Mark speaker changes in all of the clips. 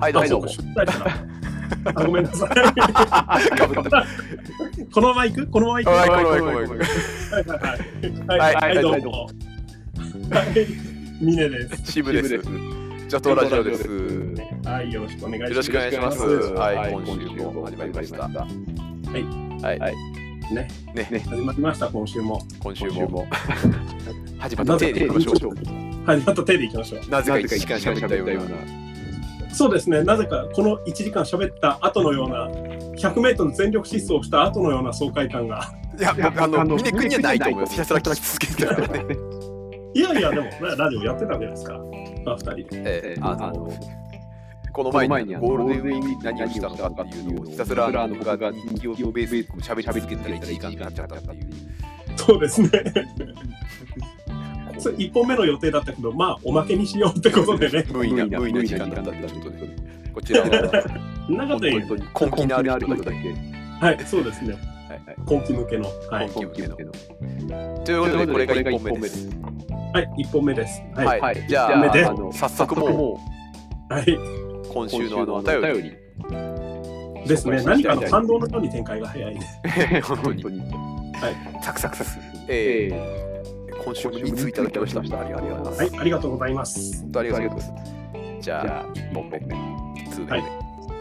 Speaker 1: はいどうも。
Speaker 2: ごめんなさい。このまま行く？このまま行く？はいどうも。ミネです。
Speaker 1: シブです。ジャトーラジオです。
Speaker 2: はい、よろしくお願いします。
Speaker 1: よろしくお願いします。はい、今週も始まりました。はい。
Speaker 2: ね、始まりました。今週も。
Speaker 1: 始まった手でいきましょう。
Speaker 2: 始まった手でいきましょう。
Speaker 1: なぜか1時間喋ったような。
Speaker 2: そうですね。なぜかこの1時間喋った後のような100メートル全力疾走した後のような爽快感が。
Speaker 1: いや、ミネ君にはないと思います。ひたすら聞き続けてたからね。
Speaker 2: いや、でもラジオやってたわけですから。2人で。
Speaker 1: この前にゴールデンウィーク何をしたのかっていうのをひたすら僕が日記をベースで喋り続けてたら1時間になっちゃったっていう。
Speaker 2: そうですね。1本目の予定だったけど、まあおまけにしようってことでね。
Speaker 1: 無意な時間だったってことで、こちらは
Speaker 2: 中で
Speaker 1: 本当に根気のある人だけ。
Speaker 2: はい、そうですね。根気向けの。
Speaker 1: 根気向けの。ということでこれが1本目です。
Speaker 2: はい、1本目です。
Speaker 1: はい、じゃあ早速も
Speaker 2: う、はい、
Speaker 1: 今週のお便り
Speaker 2: ですね。何かの感動のように展開が早いね。
Speaker 1: 本当に。はい、サクサク。今週も2通いただきました。ありがとうございます。
Speaker 2: はい、ありがとうございます。
Speaker 1: 本当ありがとうございます。じゃあ1本目、2通目。はい。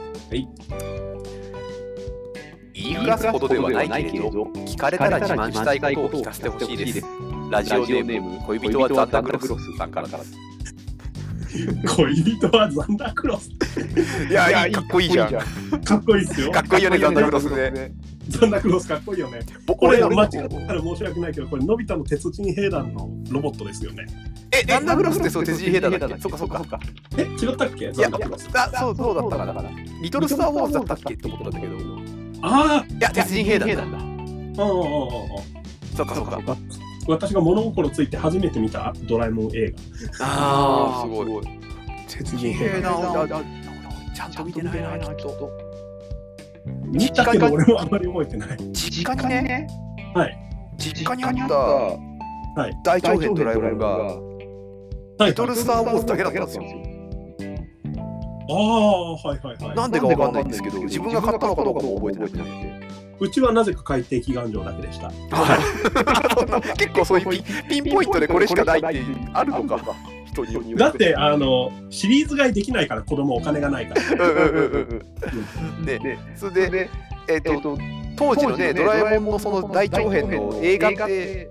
Speaker 1: 言いふらすほどではないけれど、聞かれたら自慢したいことを聞かせてほしいです。ラジオネーム、恋人はザンダークロスさんからです。
Speaker 2: 恋人はザンダークロス。
Speaker 1: いや、かっこいいじゃん。
Speaker 2: かっこいいっすよ。
Speaker 1: かっこいいよね、ザンダークロスね。
Speaker 2: ザンダークロスかっこいいよね。俺間違ったら申し訳ないけど、これのび太の鉄人兵団のロボットですよね。
Speaker 1: ザンダークロスってそう鉄人兵団だっけ？そっか。
Speaker 2: 違ったっけ？ザンダークロス。
Speaker 1: そうだったかな。リトルスターウォーズだったっけって思ったんだけど。
Speaker 2: ああ、
Speaker 1: いや鉄人兵団だ。そっか。
Speaker 2: 私が物心ついて初めて見たドラえもん映
Speaker 1: 画。ああ、すごい。
Speaker 2: 鉄人兵団。
Speaker 1: ちゃんと見てないな、きっと。
Speaker 2: 見たけど俺もあんまり覚えてない。
Speaker 1: 実家にね。
Speaker 2: はい。
Speaker 1: 実家にあった大長編ドラえもんがリトルスターウォーズだけだったんですよ。
Speaker 2: ああ、はい。
Speaker 1: なんでかわかんないんですけど、自分が買ったのかどうかも覚えてなくて。
Speaker 2: うちはなぜか海底祈願場だけでした。
Speaker 1: 結構そういうピンポイントでこれしかないってあるのか。
Speaker 2: だってシリーズ買いできないから、子供お金がないから。
Speaker 1: で、それで当時のねドラえもんのその大長編の映画って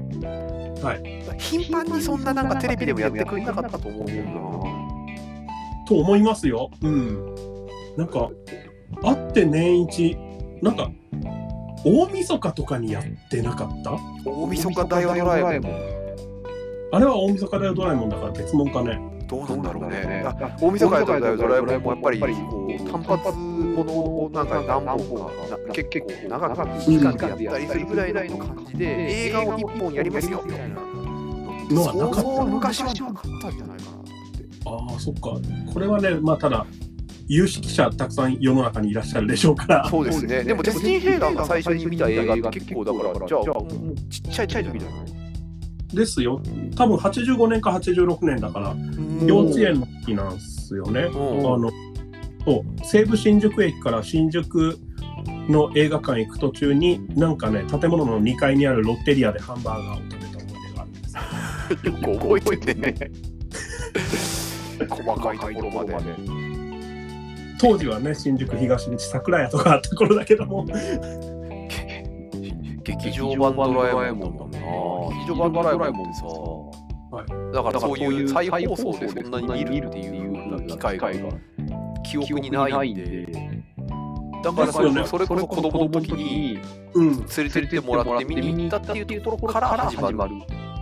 Speaker 1: 頻繁にそんななんかテレビでもやってくれなかったと思うんだよな。
Speaker 2: と思いますよ。なんかあって年一なんか大晦日とかにやってなかった？
Speaker 1: 大晦日だよドラえもん。
Speaker 2: あれは大晦日だよドラえもんだから別物かね。
Speaker 1: どうなんだろうね。大晦日だよドラえもんもやっぱりこう単発ものをなんか何本か結構長く期間でやったりするぐらいの感じで映画を1本やりますよみたいなのはなかった。昔はなかったんじゃないかなって。
Speaker 2: ああ、そっか。これはね、まあただ有識者たくさん世の中にいらっしゃるでしょうから。
Speaker 1: そうですね。でも鉄人兵団が最初に見た映画って結構だからじゃあちっちゃい時じゃない
Speaker 2: ですよ。多分85年か86年だから幼稚園の時なんですよね。西武新宿駅から新宿の映画館行く途中になんかね、建物の2階にあるロッテリアでハンバーガーを食べた思い出があるんです
Speaker 1: よ。よく覚えてね。細かいところまで。
Speaker 2: 当時はね、新宿東口桜屋とかあった頃だけども。
Speaker 1: 劇場版ドラえもんだもんな。劇場版ドラえもんさ、だからそういう再放送でそんなに見るっていう機会が記憶にないんで、だからそれこそ子供の時に連れてってもらって見に行ったっていうところから始まる。
Speaker 2: だ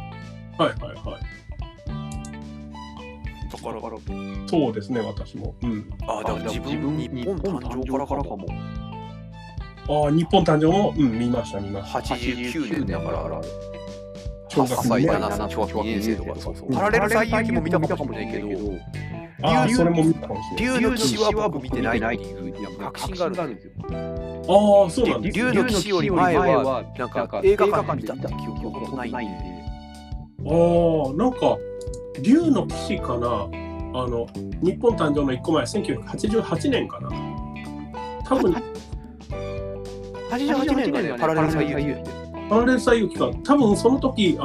Speaker 2: からそうですね、私も。
Speaker 1: だから自分日本誕生からかも。
Speaker 2: 日本誕生も見ました。
Speaker 1: 89年だから8歳7歳小学2年生とか。パラレル最遊記も見たかもしれないけど、
Speaker 2: それも見たかもしれない。
Speaker 1: 竜の騎士は僕見てないっていう確信があるんですよ。
Speaker 2: そうなんです。
Speaker 1: 竜の騎士より前はなんか映画館で見たって記憶がないんで。
Speaker 2: なんか竜の騎士かな。 日本誕生の1個前、1988年かな。多分
Speaker 1: 88年がね、パラレル最遊記。
Speaker 2: パラレル最遊記か。多分その時、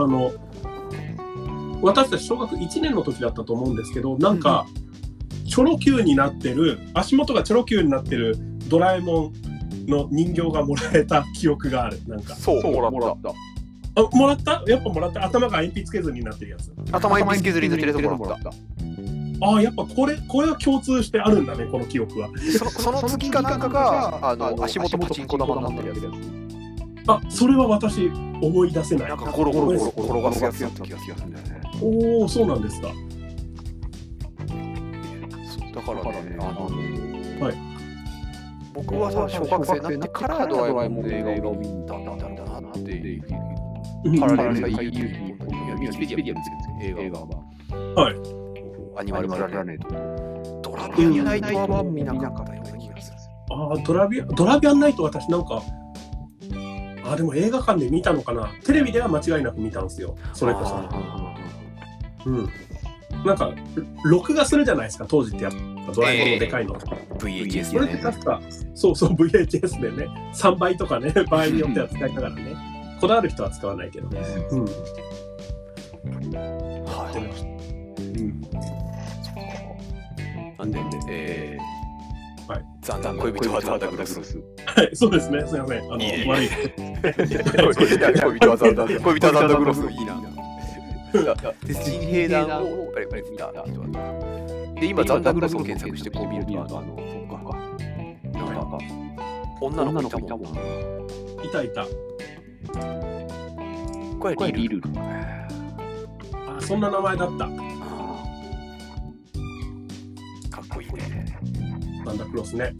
Speaker 2: 私たち小学1年の時だったと思うんですけど、なんか、チョロ Q になってる、足元がチョロ Q になってるドラえもんの人形がもらえた記憶がある。なんか。
Speaker 1: そう、もらった。
Speaker 2: もらった？やっぱもらった。頭が鉛筆削りになってるやつ。
Speaker 1: 頭鉛筆削りになってるやつもらった。
Speaker 2: やっぱこれは共通してあるんだね、この記憶は。
Speaker 1: その次かなんかが足元パチンコ玉になってるやつ。
Speaker 2: それは私思い出せない。
Speaker 1: なんかゴロゴロ転がすやつやった気がするんだよね。
Speaker 2: おお、そうなんですか。
Speaker 1: だからね、
Speaker 2: はい。
Speaker 1: 僕はさ、小学生になってからドラえもんの映画を見たんだなっていう。パラレル最遊記のウィキペディアですけど、映画は。
Speaker 2: はい。
Speaker 1: アニマルプラネット。ドラビアンナイトは見なかったような気がする。
Speaker 2: ドラビアンナイト、私なんか、でも映画館で見たのかな。テレビでは間違いなく見たんですよ。それこそ。なんか録画するじゃないですか、当時ってやっぱドラえもんのでかいの。
Speaker 1: VHS でね。
Speaker 2: それって確か、そう VHS でね、3倍とかね、場合によっては使いながらね。こだわる人は使わないけどね。
Speaker 1: はい。なんで、残念、恋人はザンダグロス。
Speaker 2: はい、そうですね、すみません。悪い。
Speaker 1: 恋人はザンダグロス、いいな。鉄人兵団を見た人は。で、今、ザンダグロスを検索してこう見ると、そっか。なんか、女の子いたもんな。
Speaker 2: いた。
Speaker 1: これリル。
Speaker 2: そんな名前だった。
Speaker 1: かっこいいね。
Speaker 2: サンタクロスね。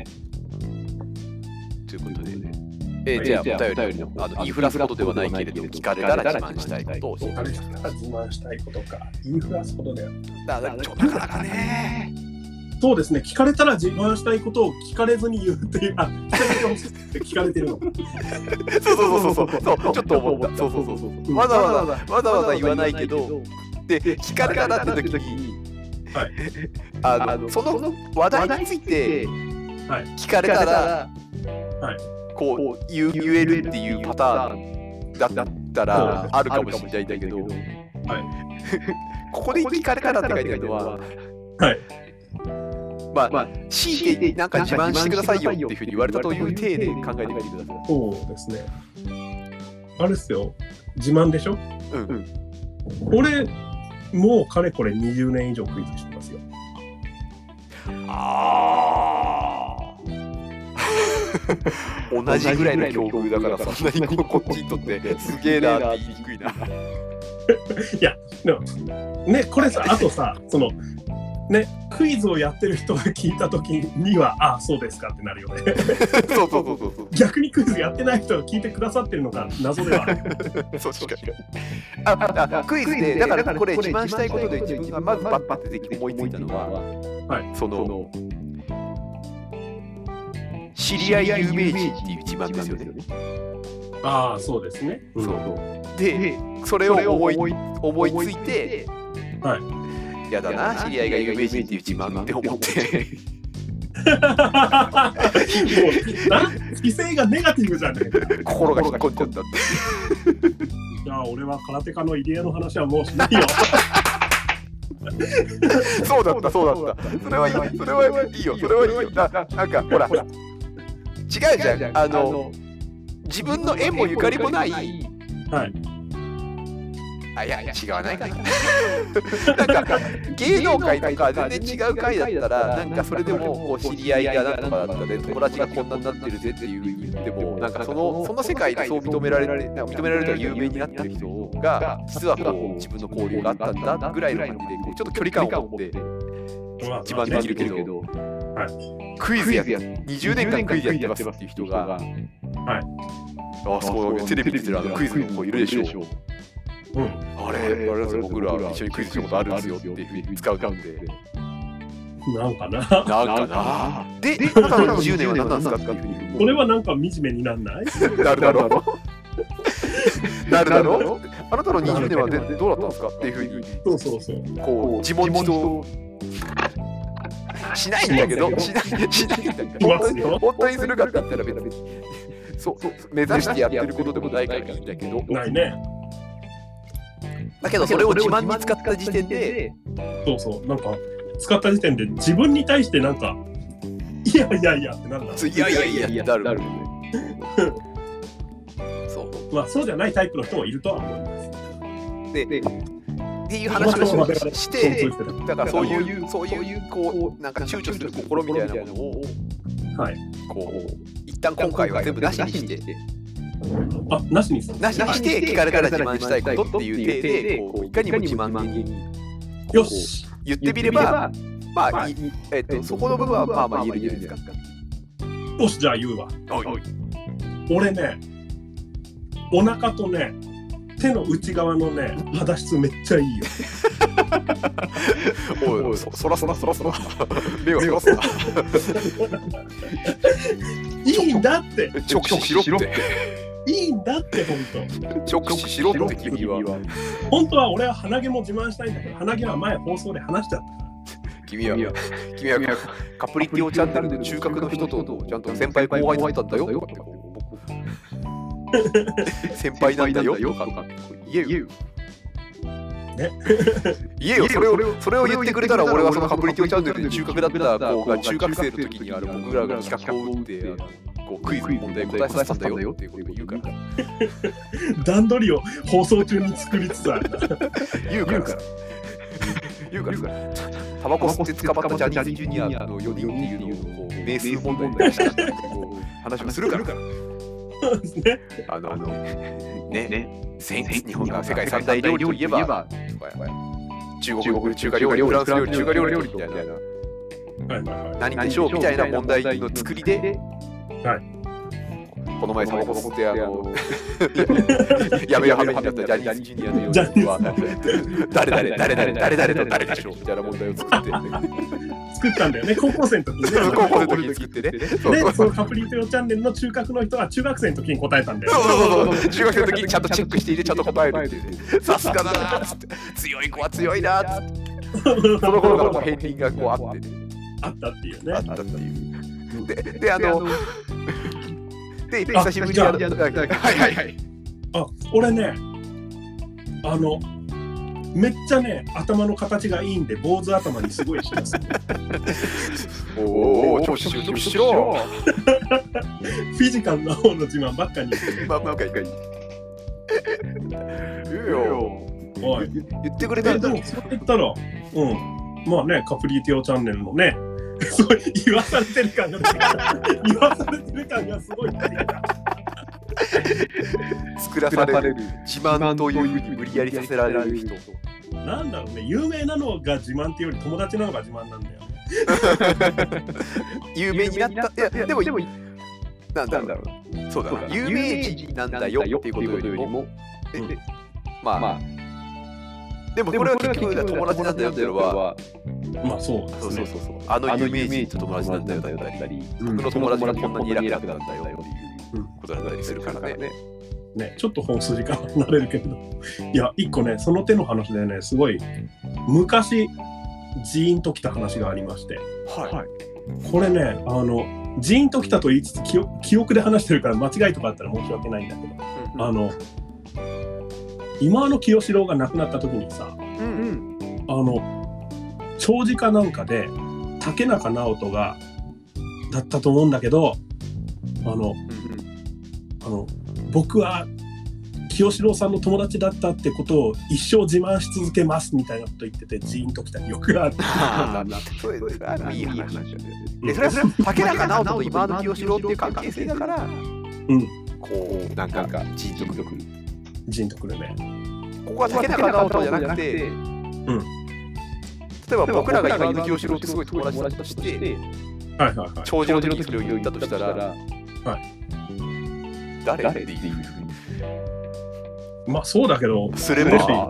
Speaker 1: ということで、じゃあお便りのインフラスほどではないけれど、聞かれたら自慢したいことを。
Speaker 2: 聞かれたら自慢したいことか。インフラスほどだよ。
Speaker 1: なかなかね。
Speaker 2: そうですね。聞かれたら自慢したいことを聞かれずに言うっていう。聞かれてるの。
Speaker 1: そう。ちょっと思った。そう。わざわざ言わないけど、で聞かれたらって時に。その話題について聞かれたら、こう言えるっていうパターンだったらあるかもしれないんだけど、ここで聞かれたらって書いてあるのは、強いてなんか自慢してくださいよっていうふうに言われたという体で考えてみてください。
Speaker 2: そうですね。あれですよ。自慢でしょ？俺もうかれこれ20年以上クイズしてますよ。
Speaker 1: 同じぐらいの境遇だからそんなにこっちにとってすげえなって言いにくいな。
Speaker 2: いや、ね、これさ、あとさ、ね、クイズをやってる人が聞いたときには、そうですかってなるよね。
Speaker 1: そう。
Speaker 2: 逆にクイズやってない人が聞いてくださってるのが謎ではある。
Speaker 1: そう確かに。クイズで、だからこれ自慢したいことで自分がまずバッパって思いついたのは、その知り合い有名人っていう自慢ですよね。
Speaker 2: そうですね。
Speaker 1: で、それを思いついて、やだな、知り合いが有名人っていう自慢って思って。
Speaker 2: 規制がネガティブじゃねえ。
Speaker 1: 心が引っ込んじゃったって。
Speaker 2: じゃあ俺は空手家の入江の話はもうしないよ。
Speaker 1: そうだった。それはいいよ。なんかほら。違うじゃん。自分の縁もゆかりもない。いや違わないかな。なんか芸能界とか全然違う会だったら、なんかそれでもこう知り合いがなんとかだったで友達がこんなになってるぜっていう風に言っても、なんかその世界でそう認められると有名になってる人が実はこう自分の交流があったんだぐらいの感じでちょっと距離感を持って自慢できるけど、クイズ20年間クイズやってますっていう人が、そうテレビで出てるクイズの子いるでしょ。あれ僕ら一緒にクイズしたことあるんですよっていうふうに使うんで。
Speaker 2: なんかな。
Speaker 1: で、あなたの20年は何なんですかっていうふうに。
Speaker 2: これはなんか惨めになんない？
Speaker 1: なるだろう。あなたの20年はどうだったんですかっていうふうに。
Speaker 2: そう。
Speaker 1: こう自問自答しないんだけど、しないんだけど、本当にするかって言ったら別に、そう目指してやってることでもないからいいんだけど、
Speaker 2: ないね。
Speaker 1: だけどそれを自慢に使った時点で、
Speaker 2: そうそう、なんか使った時点で自分に対してなんかいやいやいやってなんだ。
Speaker 1: いやいやいやってなる。そう。
Speaker 2: まあそうじゃないタイプの人もいるとは思います。
Speaker 1: でっていう話をして、だからそういうこうなんか躊躇する心みたいなものを、
Speaker 2: はい、
Speaker 1: こう一旦今回は全部なしにして、
Speaker 2: なしにして
Speaker 1: 聞かれたら自慢したいことっていう体で、こういかにも自慢に
Speaker 2: よし
Speaker 1: 言ってみれば、まあそこの部分はまあまあ言えるじゃないですか。
Speaker 2: よし、じゃあ言うわ。俺ね、お腹とね、手の内側のね、肌質めっちゃいいよ。
Speaker 1: おい、そら。目をそらすな。
Speaker 2: いいんだって。
Speaker 1: 直視しろって。
Speaker 2: いいんだって、ほんと。
Speaker 1: 直視しろって君は。
Speaker 2: 本当は俺は鼻毛も自慢したいんだけど、鼻毛は前放送で話しちゃった。
Speaker 1: 君はカプリティオチャンネルで中核の人とちゃんと先輩後輩だったんだよ。先輩なんだよ。言えよ。言えよ。それを言ってくれたら俺はそのカプリティオチャンネルで中核だった子が中学生の時に僕らが企画を打ってこうクイズ問題答えさせたんだよっていうことを言うから。
Speaker 2: 段取りを放送中に作りつつある。
Speaker 1: 言うから。タバコ吸って捕まったジャニーズジュニアの4人っていうのをこう名数問題にした話をするから。日本が世界三大料理といえば中国中華料理、フランス料理、中華料理みたいな何でしょうみたいな問題の作りで、この前タバコ吸ってやめやめになったジャニーズジュニアの4人は誰と誰でしょうみたいな問題を作
Speaker 2: ったんだよね、高校生の時にね。
Speaker 1: 高校生の時に作ってね。
Speaker 2: で、そのカプリテオチャンネルの中核の人は中学生の時に答えたんだよ。
Speaker 1: そう。中学生の時にちゃんとチェックしていてちゃんと答えるって。さすがだなーっつって。強い子は強いなーっつって。その頃から片鱗がこうあって。
Speaker 2: あったっていうね。
Speaker 1: あったっていう。で、久しぶりにはい。
Speaker 2: 俺ね、めっちゃね、頭の形がいいんで、坊主頭にすごいします。
Speaker 1: おお、調子しろ。
Speaker 2: フィジカルな方の自慢ばっかり。
Speaker 1: 言うよ。言ってくれたら。
Speaker 2: でも、そう言ったら、まあね、カプリティオチャンネルのね、すごい言わされてる感がすごい。
Speaker 1: 作らされる自慢というふうに無理やりさせられる人。
Speaker 2: なんだろうね、有名なのが自慢っていうより友達なのが自慢なんだよ。
Speaker 1: 有名になった。いやでもなんだろう。そうだな。有名人なんだよっていうことよりも、まあでもこれは結局友達なんだよっていうのは、
Speaker 2: まあそう。
Speaker 1: 有名人と友達なんだよだったり、僕の友達がこんなに偉くなったんだよっていうことだったりするからね。
Speaker 2: ね、ちょっと本筋から離れるけど、いや、一個ね、その手の話でね、すごい昔ジーンときた話がありまして、これね、ジーンときたと言いつつ記憶で話してるから間違いとかあったら申し訳ないんだけど、今の清志郎が亡くなった時にさ、長寿かなんかで竹中直人がだったと思うんだけど、僕は清志郎さんの友達だったってことを一生自慢し続けますみたいなこと言ってて、ジーンときた記憶があって。
Speaker 1: いい話だよね。それは竹中直人と今の清志郎っていう関係性だから、こうなんかジーンとくる。
Speaker 2: ジーンとくるね。
Speaker 1: ここは竹中直人じゃなくて、例えば僕らが今の清志郎ってすごい友達だとして、長寿の時にそれを言ったとしたら、誰っていう。
Speaker 2: まあそうだけど、
Speaker 1: すれば
Speaker 2: い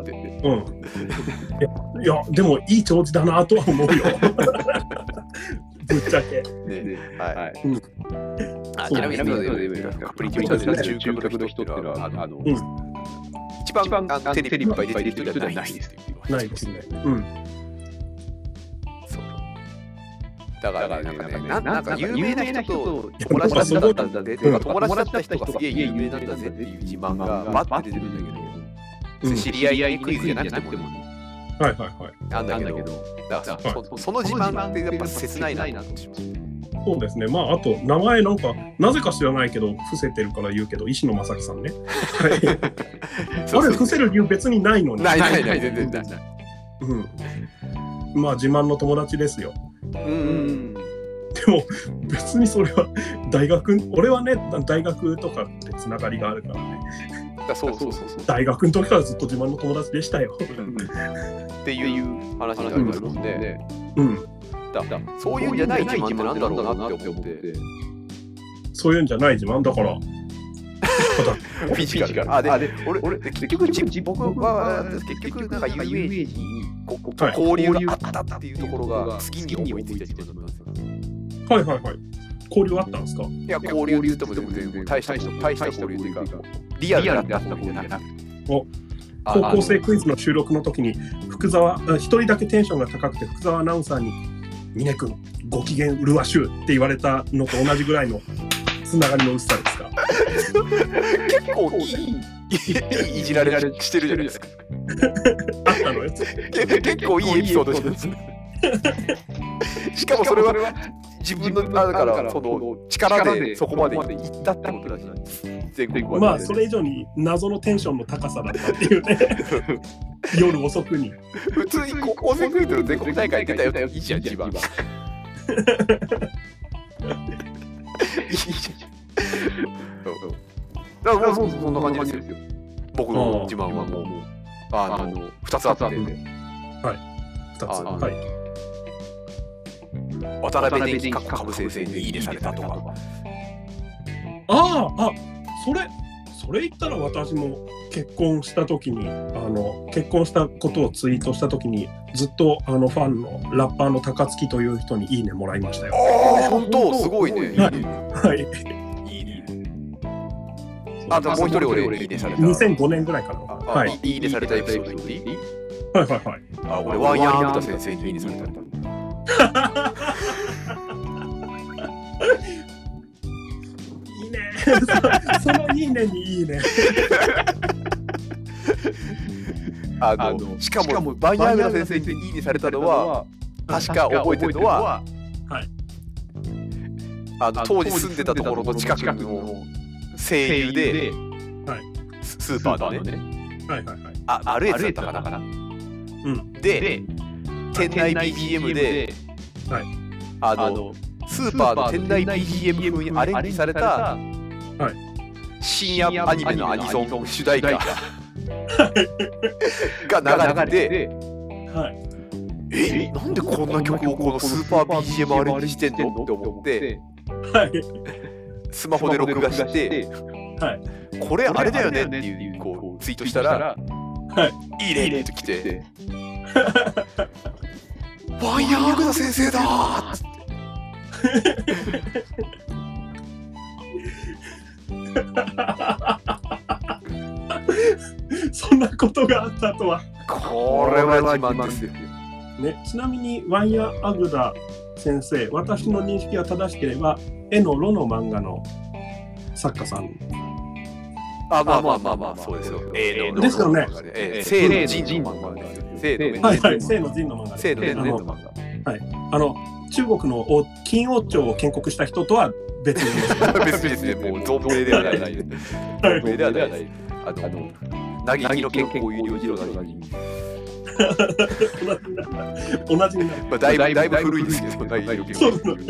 Speaker 2: やでもいい長寿だなとは思うよ。ぶっちゃけ。
Speaker 1: ちなみにカプリティオチャンネルの中核の人っていうのは一番テレビいっぱい出てる人じゃないです。
Speaker 2: ないですね。
Speaker 1: だからね、なんか有名な人と友達だったんだぜ、友達だった人がすげえ有名なんだぜっていう自慢がバッて出てるんだけど、知り合いクイズじゃなくても
Speaker 2: はいはいはい。
Speaker 1: なんだけど、だからその自慢ってやっぱ切ないなと思ってしまう。
Speaker 2: そうですね。まああと名前なんかなぜか知らないけど伏せてるから言うけど、石野正樹さんね。はい。あれ伏せる理由別にないのに。
Speaker 1: ない全然ない。
Speaker 2: まあ自慢の友達ですよ。でも別にそれは俺はね大学とかってつながりがあるからね。
Speaker 1: そう
Speaker 2: 大学の時からずっと自慢の友達でしたよ。
Speaker 1: っていう話になりますもんね。そういうんじゃない自慢ってなんだろうなって思って。
Speaker 2: そういうんじゃない自慢だから。
Speaker 1: フィジカル。で、俺結局僕はなんか有名人に交流があったっていうところが次に思いついた自慢だったんですよ。
Speaker 2: はいはいはい。交流あったんですか？
Speaker 1: いや、交流って言っても全然大した交流というか、リアルだったことじゃなくて。
Speaker 2: 高校生クイズの収録の時に一人だけテンションが高くて福沢アナウンサーに峰君ご機嫌うるわしゅうって言われたのと同じぐらいのつながりの薄さですか？
Speaker 1: 結構いいじられしてるじゃないですか。
Speaker 2: あったのよ。
Speaker 1: 結構いいエピソードです。しかもそれは自分のだからその力でそこまで行ったってことだし、全国は。
Speaker 2: まあそれ以上に謎のテンションの高さだったっていうね。夜遅くに。
Speaker 1: 普通に高校生クイズの全国大会出たよっていいじゃん一番。いいじゃん。だからもうそんな感じですよ。僕の自慢はもう2つあって。はい。
Speaker 2: 2つ。はい。
Speaker 1: 渡辺電機か株先生にいいねされたとか。
Speaker 2: それ言ったら私も結婚した時に結婚したことをツイートした時にずっとファンのラッパーの高槻という人にいいねもらいましたよ。
Speaker 1: 本当すごいね。
Speaker 2: はい。
Speaker 1: いいね。もう一人俺いいねされた。
Speaker 2: 2005年ぐらいから。
Speaker 1: はい。いいねされたエピソード言っていい？
Speaker 2: はいはいはい。
Speaker 1: 俺ワンヤンアグタ先生にいいねされた。
Speaker 2: いいね。そのいいねにいいね。
Speaker 1: しかもバンヤーグラ先生にいいねされたのは確か覚えてるのは、当時住んでたところの近くの声優でスーパーのね、あるやつだったかな。で店内 BGM でスーパーの店内 BGM 風にアレンジされた深夜アニメのアニソン主題歌が流れて、なんでこんな曲をこのスーパー BGM アレンジしてんのって思って、スマホで録画して、これあれだよねっていうこうツイートしたら、いいねって来て、ワンヤンアグダ先生だーっつって。
Speaker 2: そんなことがあったとは。
Speaker 1: これは自慢ですよ。
Speaker 2: ね、ちなみにワンヤアグダ先生、私の認識が正しければ絵のロの漫画の作家さん。
Speaker 1: まあそうですよ。
Speaker 2: ですよね。
Speaker 1: 聖の陣の漫画ですよ。
Speaker 2: 聖の陣の漫画。聖の陣の漫画。はい。中国の金王朝を建国した人とは別に
Speaker 1: 別にもう存命ではない。存命ではない。嘆きの健康有料次郎の同じになる。だいぶ古いですけど、嘆きの健康有料。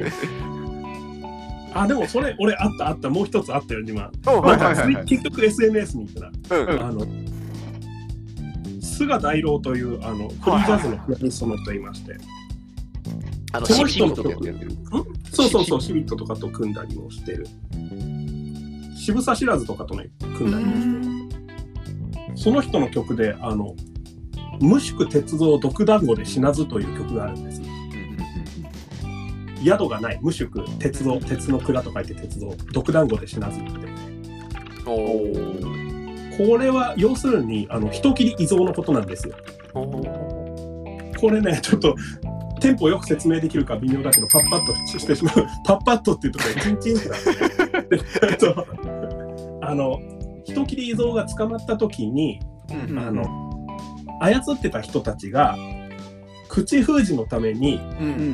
Speaker 2: でもそれ俺あったもう一つあったよ自慢。結局 SNS に行ったら菅大郎というフリージャズのピアニストの人いまして。その人の曲そうシビットとかと組んだりもしてる。渋沢知らずとかとね組んだりもしてる。その人の曲で無宿鉄道独団子で死なずという曲があるんです。宿がない無宿鉄道、鉄の蔵と書いて鉄道独団子で死なずって。これは要するに人斬り遺贈のことなんですよ。これねちょっとテンポよく説明できるか微妙だけど、パッパッとしてしまう。パッパッとっていうところでチンチンってなって人斬り伊蔵が捕まった時に、操ってた人たちが口封じのために、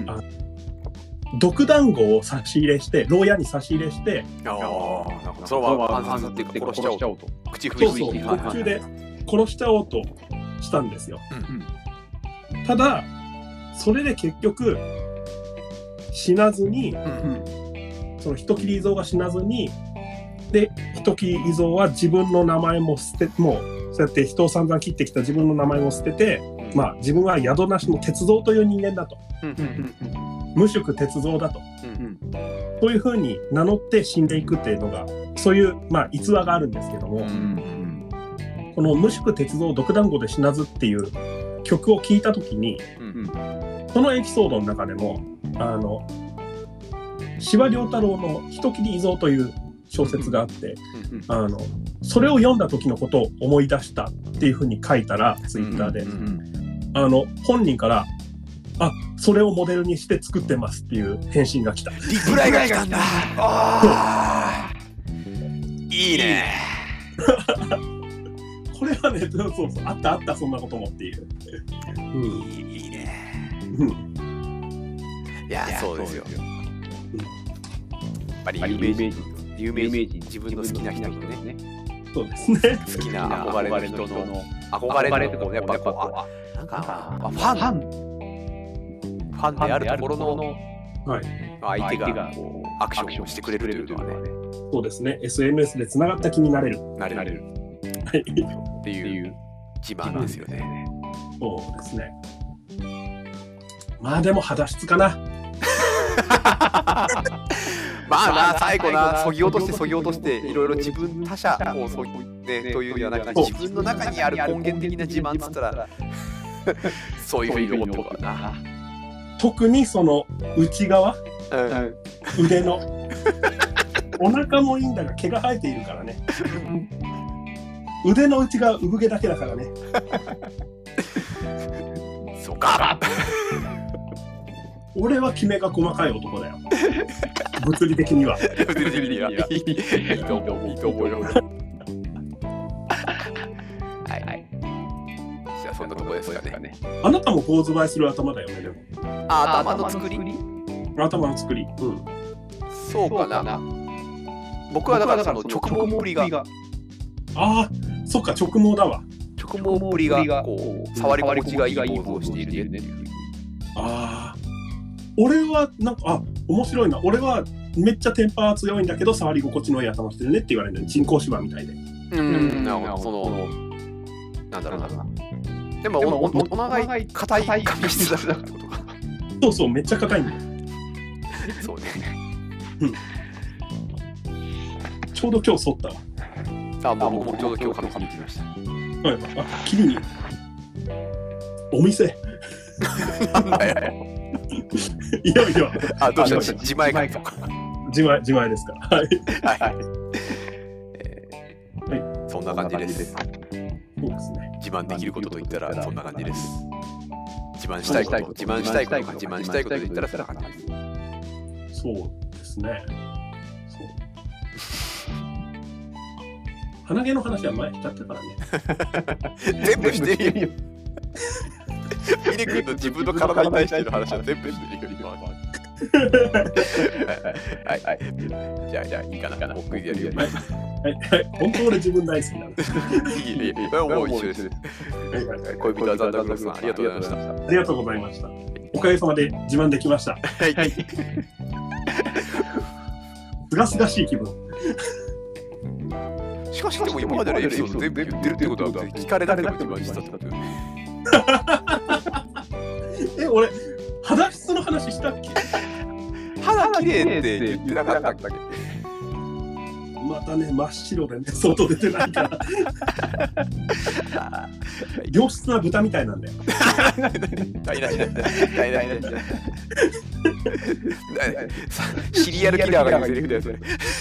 Speaker 2: 毒団子を差し入れして、牢屋に差し入れして、
Speaker 1: それは暗殺っていうか殺しちゃおうと。口封じに。
Speaker 2: 途中で殺しちゃおうとしたんですよ。ただ、それで結局、死なずに、その人斬り伊蔵が死なずに、で、人斬り伊蔵は自分の名前も捨て、もう、そうやって人を散々切ってきた自分の名前も捨てて、まあ自分は宿なしの鉄蔵という人間だと。無宿鉄蔵だと。そういうふうに名乗って死んでいくっていうのが、そういう、まあ、逸話があるんですけども、この無宿鉄蔵毒団子で死なずっていう曲を聴いたときに、そのエピソードの中でも、司馬遼太郎の人斬り伊蔵という小説があって、それを読んだ時のことを思い出したっていうふうに書いたら、ツイッターで、本人から、それをモデルにして作ってますっていう返信が来た。
Speaker 1: リプライが来たんだ。いいね。
Speaker 2: これはね、そうそう、あったそんなこともっていう。
Speaker 1: いいね。いや、そうですよ。やっぱり有名人、自分の好きな人のね。
Speaker 2: そうですね。
Speaker 1: 好きな憧れの人の憧れとかもやっぱこう、なんかファンであるところの相手がこうアクションをしてくれるというのはね。
Speaker 2: そうですね。SNS でつながった気になれる。
Speaker 1: っていう自慢ですよね。
Speaker 2: そうですね。まあでも肌質かな。
Speaker 1: まあ最後な、そぎ落としていろいろ自分他者をそぎねというような自分の中にある根源的な自慢っつったらそういうふうに思ってるからな。
Speaker 2: 特にその内側、腕のお腹もいいんだが毛が生えているからね。腕の内側産毛だけだからね。
Speaker 1: そうか。
Speaker 2: 俺はキメが細かい男だよ。物理的には。
Speaker 1: いいと思うよ。じゃあそんなとこですかね。
Speaker 2: あなたも坊主映えする頭だよね、でも。
Speaker 1: 頭の作り？
Speaker 2: 頭の作り。
Speaker 1: そうかな。僕はだからその直毛っぷりが。
Speaker 2: そっか、直毛だわ。
Speaker 1: 直毛っぷりがこう触り心地がいい坊主をしているねっていう。
Speaker 2: 俺はなんか面白いな。俺はめっちゃテンパー強いんだけど触り心地のいい頭してるねって言われるのに人工芝みたいで。
Speaker 1: なんだろうな。でもお互い硬い髪質だってことか。
Speaker 2: そうそう、めっちゃ硬いんだよ。
Speaker 1: そうね。
Speaker 2: ちょうど今日剃ったわ。
Speaker 1: 僕もちょうど今日髪切りに来ました。
Speaker 2: 切りに。お店。
Speaker 1: なんだよ。
Speaker 2: いやいや。
Speaker 1: どうした自前か。
Speaker 2: 自前ですか。はい。
Speaker 1: そんな感じです。
Speaker 2: そうですね。
Speaker 1: 自慢できることといったらそんな感じです。自慢したいことと言ったらそんな感じです。
Speaker 2: そうですね。鼻毛の話は前にしたったから
Speaker 1: ね。全部してるよ。ミネ君の自分の体に対しての話は全部してるよ、今は。じゃあいいかな。僕やるよ。
Speaker 2: 本当俺自分大好きなの。
Speaker 1: いい。もう一緒です。恋人はザンダークロスさん、ありがとうございました。
Speaker 2: ありがとうございました。おかげさまで自慢できました。すがすがしい気分。
Speaker 1: しかしでも今までのエピソード全部言ってるってことは聞かれなくても自慢したってことよね。
Speaker 2: 俺肌質の話したっけ？
Speaker 1: 肌綺麗って言ってなかったっけ？
Speaker 2: またね、真っ白でね、外出てないから。良質な豚みたいなんだよ。シリアルキラーが言うセリフだよ、それ。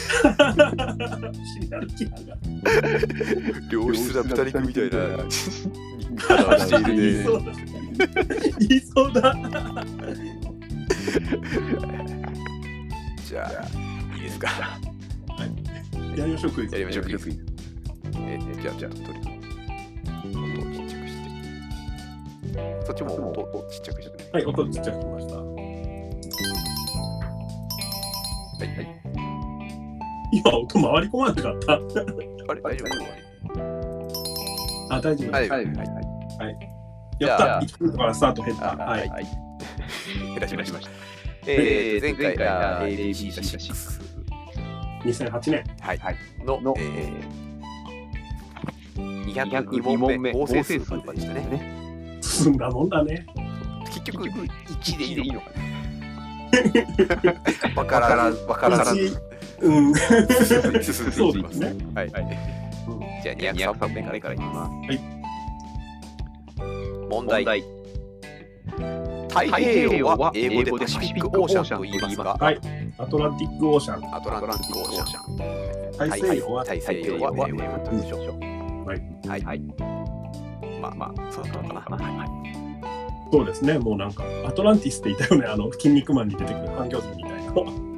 Speaker 2: シリアルキラーが。
Speaker 1: 良質な豚肉みたいな肌をしているね。
Speaker 2: 言いそうだ。
Speaker 1: じゃあ、いいですか。
Speaker 2: やりましょう、クイズ。
Speaker 1: やりましょう、クイズ。じゃあ、とりあえず、音をちっちゃくして。そっちも音をちっちゃくして。
Speaker 2: はい、音ちっちゃくしました。
Speaker 1: はいはい。
Speaker 2: 今、音回り込まなかった。
Speaker 1: あれ、大丈夫？
Speaker 2: あ、大丈夫。
Speaker 1: はい。
Speaker 2: やった。1分からスタート減った。はい。
Speaker 1: 減らしました。前回が ABC6。
Speaker 2: 2008年。
Speaker 1: はい。の202問目、合成数でしたね。
Speaker 2: 進んだもんだね。
Speaker 1: 結局、1でいいのかな。わからず。
Speaker 2: うん。
Speaker 1: 進んでいきますね。はい。じゃあ、203番目からいきます。はい。問題。太平洋は英語でパシフィックオーシャンと言いますが、
Speaker 2: はい。アトランティックオーシャン。大西洋は
Speaker 1: 英語で何でしょう。
Speaker 2: はい。
Speaker 1: まあ、そうだったのかな。
Speaker 2: そうですね。もうなんか、アトランティスって言ったよね。筋肉マンに出てくる半魚人みたいな。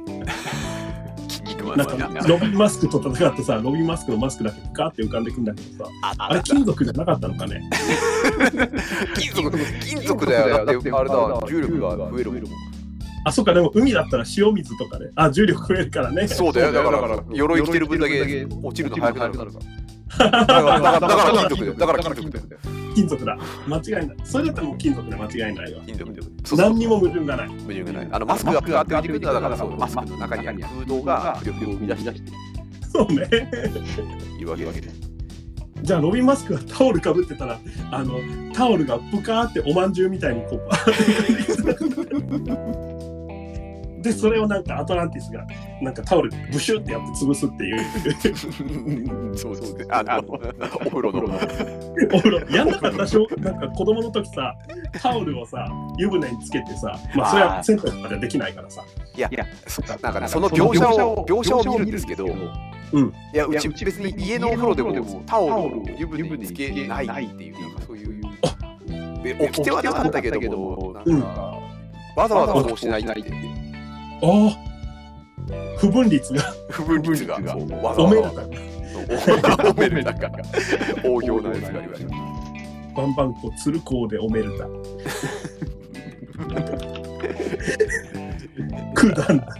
Speaker 2: なんかロビンマスクと戦ってさ、ロビンマスクのマスクだけガーって浮かんでくんだけどさ、あれ金属じゃなかったのかね。
Speaker 1: 金属だよ。だってあれだ、重力が増える。
Speaker 2: あ、そっか、でも海だったら塩水とかで、重力増えるからね。
Speaker 1: そうだよ、だから鎧着てる分だけ落ちるの早くなるから。だから金属だよ。
Speaker 2: 金属だ。間違いない。それだったらもう金属で間違いないわ。何にも矛盾がない。
Speaker 1: マスクがパーって浮いてくるんだから、マスクの中にある空洞が浮力を生み出して。
Speaker 2: そうね。
Speaker 1: いうわけで。
Speaker 2: じゃあロビンマスクがタオルかぶってたら、タオルがプカーっておまんじゅうみたいにこうで、それをなんかアトランティスがなんかタオルブシュってやって潰すっていう。
Speaker 1: そうね。お風呂
Speaker 2: やんなかったでしょ。なんか子供の時さ、タオルをさ湯船につけてさ、まあそれは銭湯とかではできないからさ。
Speaker 1: いや、なんかね、その描写を見るんですけど、いや、うち別に家のお風呂でもタオルを湯船につけないっていう、なんかそういう。起きてはなかったけども、わざわざそうしないって。
Speaker 2: 不分率が
Speaker 1: おめるたか大行なやつがありました。
Speaker 2: バンバンこ鶴光でおめるたくだんだ。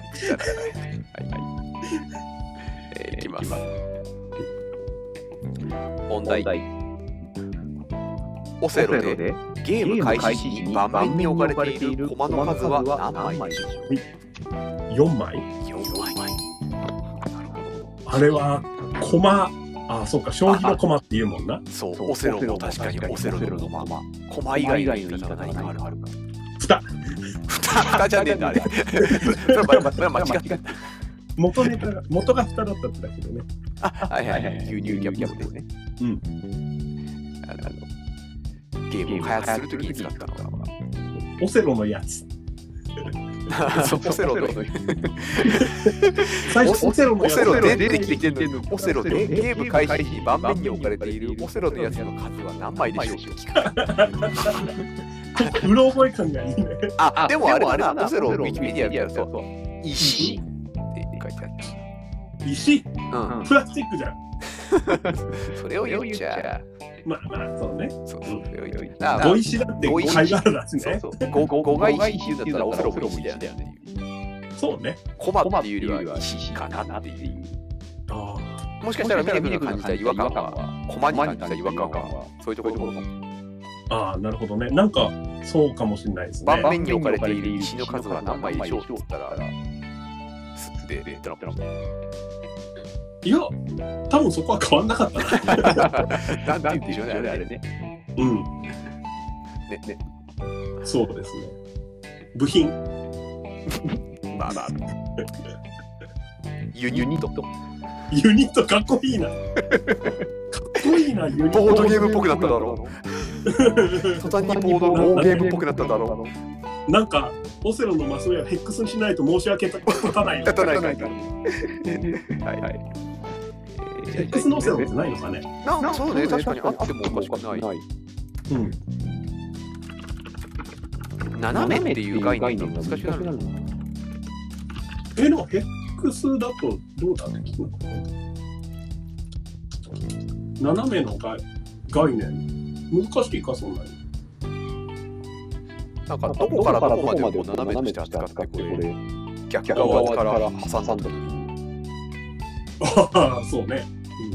Speaker 1: いきます。問題。オセロでゲーム開始時に盤面に置かれているコマの数は何枚でしょう
Speaker 2: ？4枚。あれはコマ、そうか、将棋のコマっていうもんな。
Speaker 1: そう、オセロも確かにオセロのコマ。コマ以外の言い方は何かあるか。蓋じゃねえんだ、あれ。それは間違ってた。
Speaker 2: 元が蓋だったんだけどね。
Speaker 1: はい。牛乳ギャップですね。ゲームを開発するときに使ったのかな。
Speaker 2: オセロのやつ。
Speaker 1: オセロで
Speaker 2: 最初オセロ
Speaker 1: で出てきてるの。オセロでゲーム開始に盤面に置かれているオセロのやつの数は何枚でしょう？
Speaker 2: うろ覚え感がいいね。
Speaker 1: でもあれだな、オセロウィキペディアやると石って書いてある。
Speaker 2: 石？プラスチックじゃん。
Speaker 1: それを言っちゃ
Speaker 2: まあそうね。
Speaker 1: ご
Speaker 2: 石だって5階があるらしいね。
Speaker 1: 5階石だったらオセロも石だよね。
Speaker 2: そうね。
Speaker 1: コマっていうよりは石かなっていう。もしかしたら見てくる感じた違和感は、コマに感じた違和感は、そういうところかも。
Speaker 2: なるほどね。なんかそうかもしれないですね。
Speaker 1: 盤面に置かれている石の数は何枚でしょうって言ったら、すってペラペラ。
Speaker 2: いや、多分そこは変わんなかったな。
Speaker 1: なんて言うんでしょうね、あれね。
Speaker 2: そうですね。部品。
Speaker 1: まあ。ユニット
Speaker 2: かっこいいな。ユニット。
Speaker 1: ボードゲームっぽくなっただろう。途端にボードゲームっぽくなっただろ
Speaker 2: う。なんか、オセロのマスをヘックスにしないと申し訳立たない。
Speaker 1: はい。
Speaker 2: ヘックスのオセロってないのかね。
Speaker 1: そうね、確かにあってもおかしくない。斜めっていう概念が難しくなる。
Speaker 2: のヘックスだとどうだって聞くの？斜めの概念難しいかそんなに。
Speaker 1: なんかどこからどこまでを斜めとして扱ってこれ逆側から挟んだ時に。
Speaker 2: ああそうね。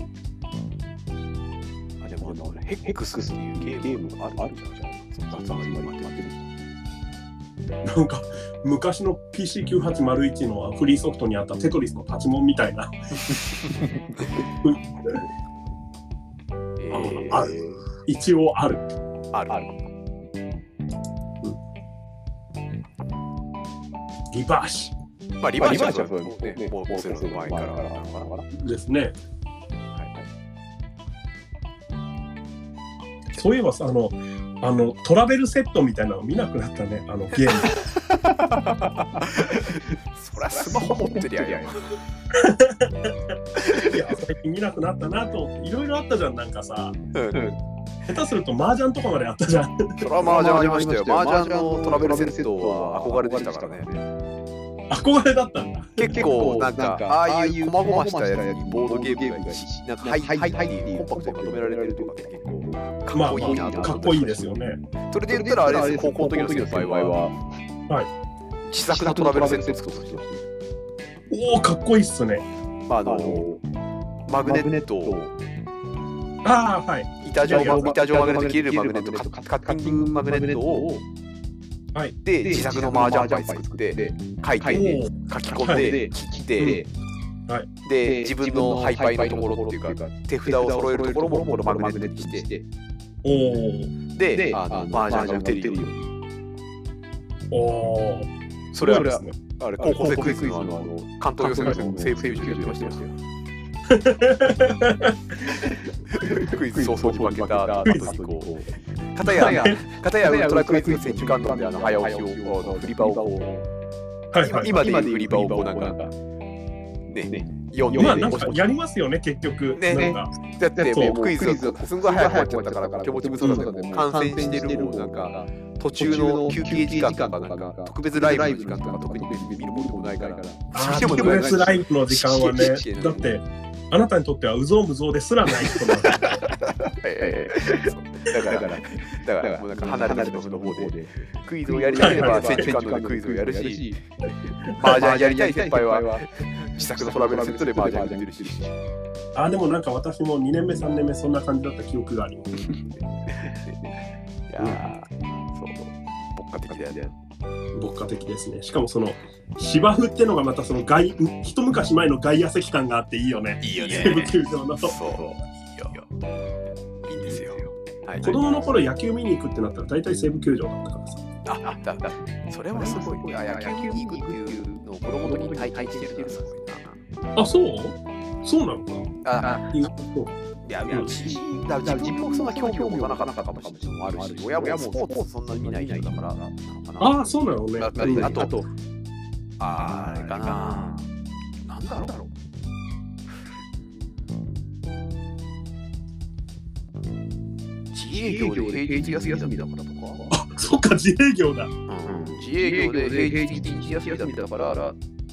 Speaker 1: でもヘックスっていうゲームがあるじゃん。
Speaker 2: なんか昔の PC9801 のフリーソフトにあったテトリスのパチモンみたいなある。一応ある。リバーシ。
Speaker 1: まあリバーシはそうね。もうセルの前から
Speaker 2: ですね。そういえばさ、トラベルセットみたいなの見なくなったね、ゲーム。
Speaker 1: そりゃスマホ持ってりゃいや。
Speaker 2: いや、最近見なくなったなと思って、いろいろあったじゃん、なんかさ。下手すると麻雀とかまであったじゃん。
Speaker 1: それは麻雀ありましたよ。麻雀のトラベルセットは憧れでしたからね。
Speaker 2: 憧れだったんだ。
Speaker 1: 結構なんかああいう細々したやつにボードゲームがなんかはいってコンパクトにまとめられてるとかって結構かっこいいなと。
Speaker 2: かっこいいですよね。
Speaker 1: それで言ったらあれです、高校の時の先輩は自作のトラベルセットを作った人。
Speaker 2: おお、かっこいいっすね。
Speaker 1: マグネットを板状マグネット切れるマグネットカッティングマグネットをで自作の麻雀牌作って書いて書き込んで切ってで自分のハイパイのところっていうか手札を揃えるところもこのマグネットにしてで麻雀が打てるように。それはあれ高校生クイズの関東予選のセーブ球児やってましたよ。クイズ早々に負けた後にこう片やウルトラクイズ選手間の早押しをフリバをこう今でいうフリバをこうなんかね読んで
Speaker 2: なんかやりますよね結局ね。
Speaker 1: だってもうクイズすんごい早く終わっちゃったから手持ち無沙汰で観戦してるもなんか途中の休憩時間とかなんか特別ライブの時間とか特に見るものもないから。
Speaker 2: 特別ライブの時間はねだってあなたにとってはうぞうむぞうですらない人なんだ。
Speaker 1: だからもうなんか離れた人の方でクイズをやりたければ選手間でクイズをやるし、麻雀やりたい先輩は自作のトラベルセットで麻雀やってるし。
Speaker 2: でもなんか私も2年目3年目そんな感じだった記憶があります。い
Speaker 1: やそう牧歌的だよね。
Speaker 2: 牧歌的ですね。しかもその芝生ってのがまたその一昔前の外野席感があっていいよね。
Speaker 1: いいよね。
Speaker 2: 西武球場の。
Speaker 1: そういいんですよ。
Speaker 2: 子供の頃野球見に行くってなったら大体西武球場だったからさ。
Speaker 1: それはすごい。野球見に行くっていうのを子供の時に体験してるのがすごい
Speaker 2: な。そうなのか。
Speaker 1: いや自分もそんな興味を持たなかったかもしれないのもあるし、親もスポーツそんなに見ない人だからなのかな。
Speaker 2: そうなのね。
Speaker 1: あとあれかな。なんだろう。自営業で平日休みだからとか。
Speaker 2: そっか自営業だ。
Speaker 1: 自営業で平日1日休みだから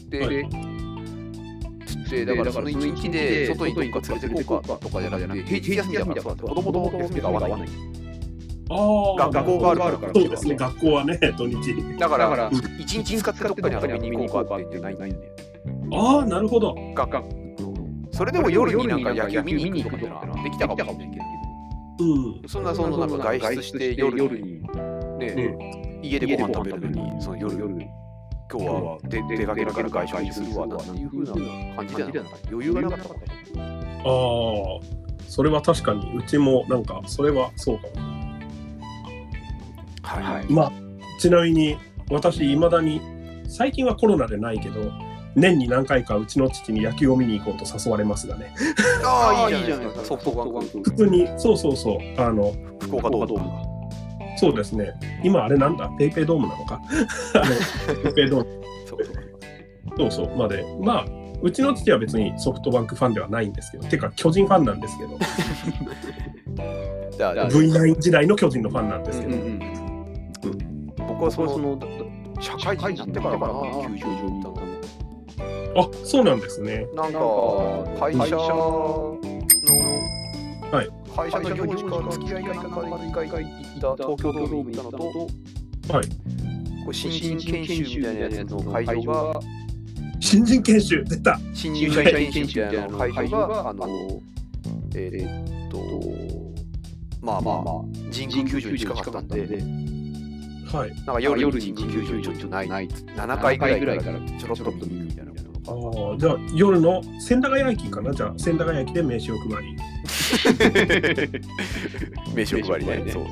Speaker 1: でだからその1日で外にどっか連れて行こうかとかじゃなくて平日休みだから子供と休みが合わない。学校があるから
Speaker 2: そうですね。学校はね土日
Speaker 1: だから1日使ってどっかに遊びに行こうかって言ってないんだよね。
Speaker 2: なるほど。
Speaker 1: それでも夜になんか野球見に行くとかできたかもしれないけど、そんななんか外出して夜にね家でご飯食べるのにその夜今日は出かけるから外食するわっていう風な感じで余裕がなかったから。
Speaker 2: それは確かにうちもなんかそれはそうかも。ちなみに私いまだに最近はコロナでないけど年に何回かうちの父に野球を見に行こうと誘われますがね。
Speaker 1: いいじゃないですか。ソフトバンク
Speaker 2: 普通にそう
Speaker 1: 福岡ドームか。
Speaker 2: そうですね。今あれなんだペイペイドームなのか。ペイペイドーム。そうまでうちの父は別にソフトバンクファンではないんですけど、てか巨人ファンなんですけど。V9 時代の巨人のファンなんですけど。
Speaker 1: 僕はその社会人になってからかな球場に行ったの。
Speaker 2: あ、そうなんですね。
Speaker 1: なんか会社の会社の行事か付き合いかなんかで一回行った東京ドームに行ったのと、
Speaker 2: はい。
Speaker 1: これ新人研修みたいなやつの会場が
Speaker 2: 新人研修出た。
Speaker 1: 新入社員研修みたいなの会場がまあ神宮球場に近かったんで、
Speaker 2: はい。
Speaker 1: なんか夜に神宮球場ちょっとない7回ぐらいからちょろっと見に行くみたいなこと
Speaker 2: ああ、じゃあ夜の千駄ヶ谷駅かな。じゃあ千駄ヶ谷駅で名刺を配り。
Speaker 1: 名刺を配りね。そう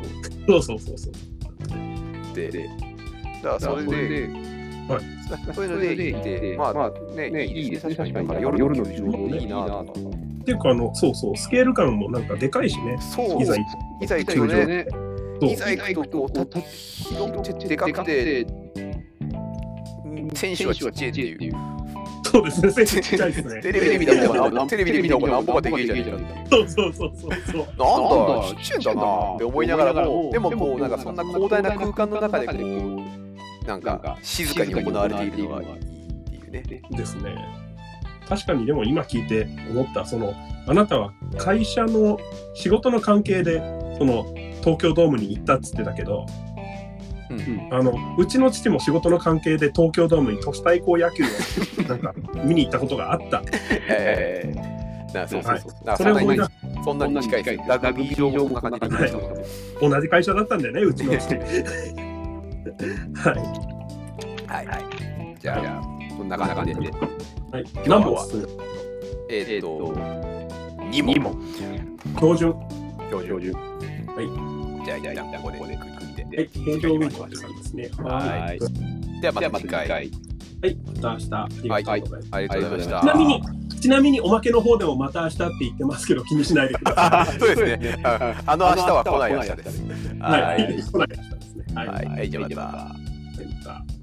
Speaker 1: で、だからそれで、そういうので行って、まあね、いいですね、確かに。夜の球場いいなと。
Speaker 2: っていうか、そう、スケール感もなんかでかいしね。
Speaker 1: そう、いざ行くとね、いざ行くとこう、広くてでかくて、選手はちっちゃいっていう。
Speaker 2: そうですね、ちっちゃいですね。
Speaker 1: テレビで見た方がなんぼができるじゃん。
Speaker 2: そう。
Speaker 1: なんだ、ちっちゃいんだなって思いながらも、でもこう、なんかそんな広大な空間の中でこう、なんか静かに行われているのがいいっていうね。
Speaker 2: ですね。確かにでも今聞いて思った、あなたは会社の仕事の関係で東京ドームに行ったっつってたけど、うちの父も仕事の関係で東京ドームに都市対抗野球をなんか見に行ったことがあった。
Speaker 1: そう。
Speaker 2: それを思い出す。
Speaker 1: そんなに近いです。ラグビー場もこんな感じで
Speaker 2: 同じ会社だったんだよね、うちの父。はい。
Speaker 1: じゃあ、こんな感じで。
Speaker 2: 何本は
Speaker 1: 2問。
Speaker 2: 標準。
Speaker 1: はい。じゃあ、ここで区切って。
Speaker 2: 平常運行ですね。
Speaker 1: はい。では、また次回。はい。
Speaker 2: また明日。ありがとうございました。ちなみにおまけの方でもまた明日って言ってますけど、気にしないでください。
Speaker 1: そうですね。明日は来ない明日です。
Speaker 2: はい。来ない明日ですね。
Speaker 1: はい。じゃあまた。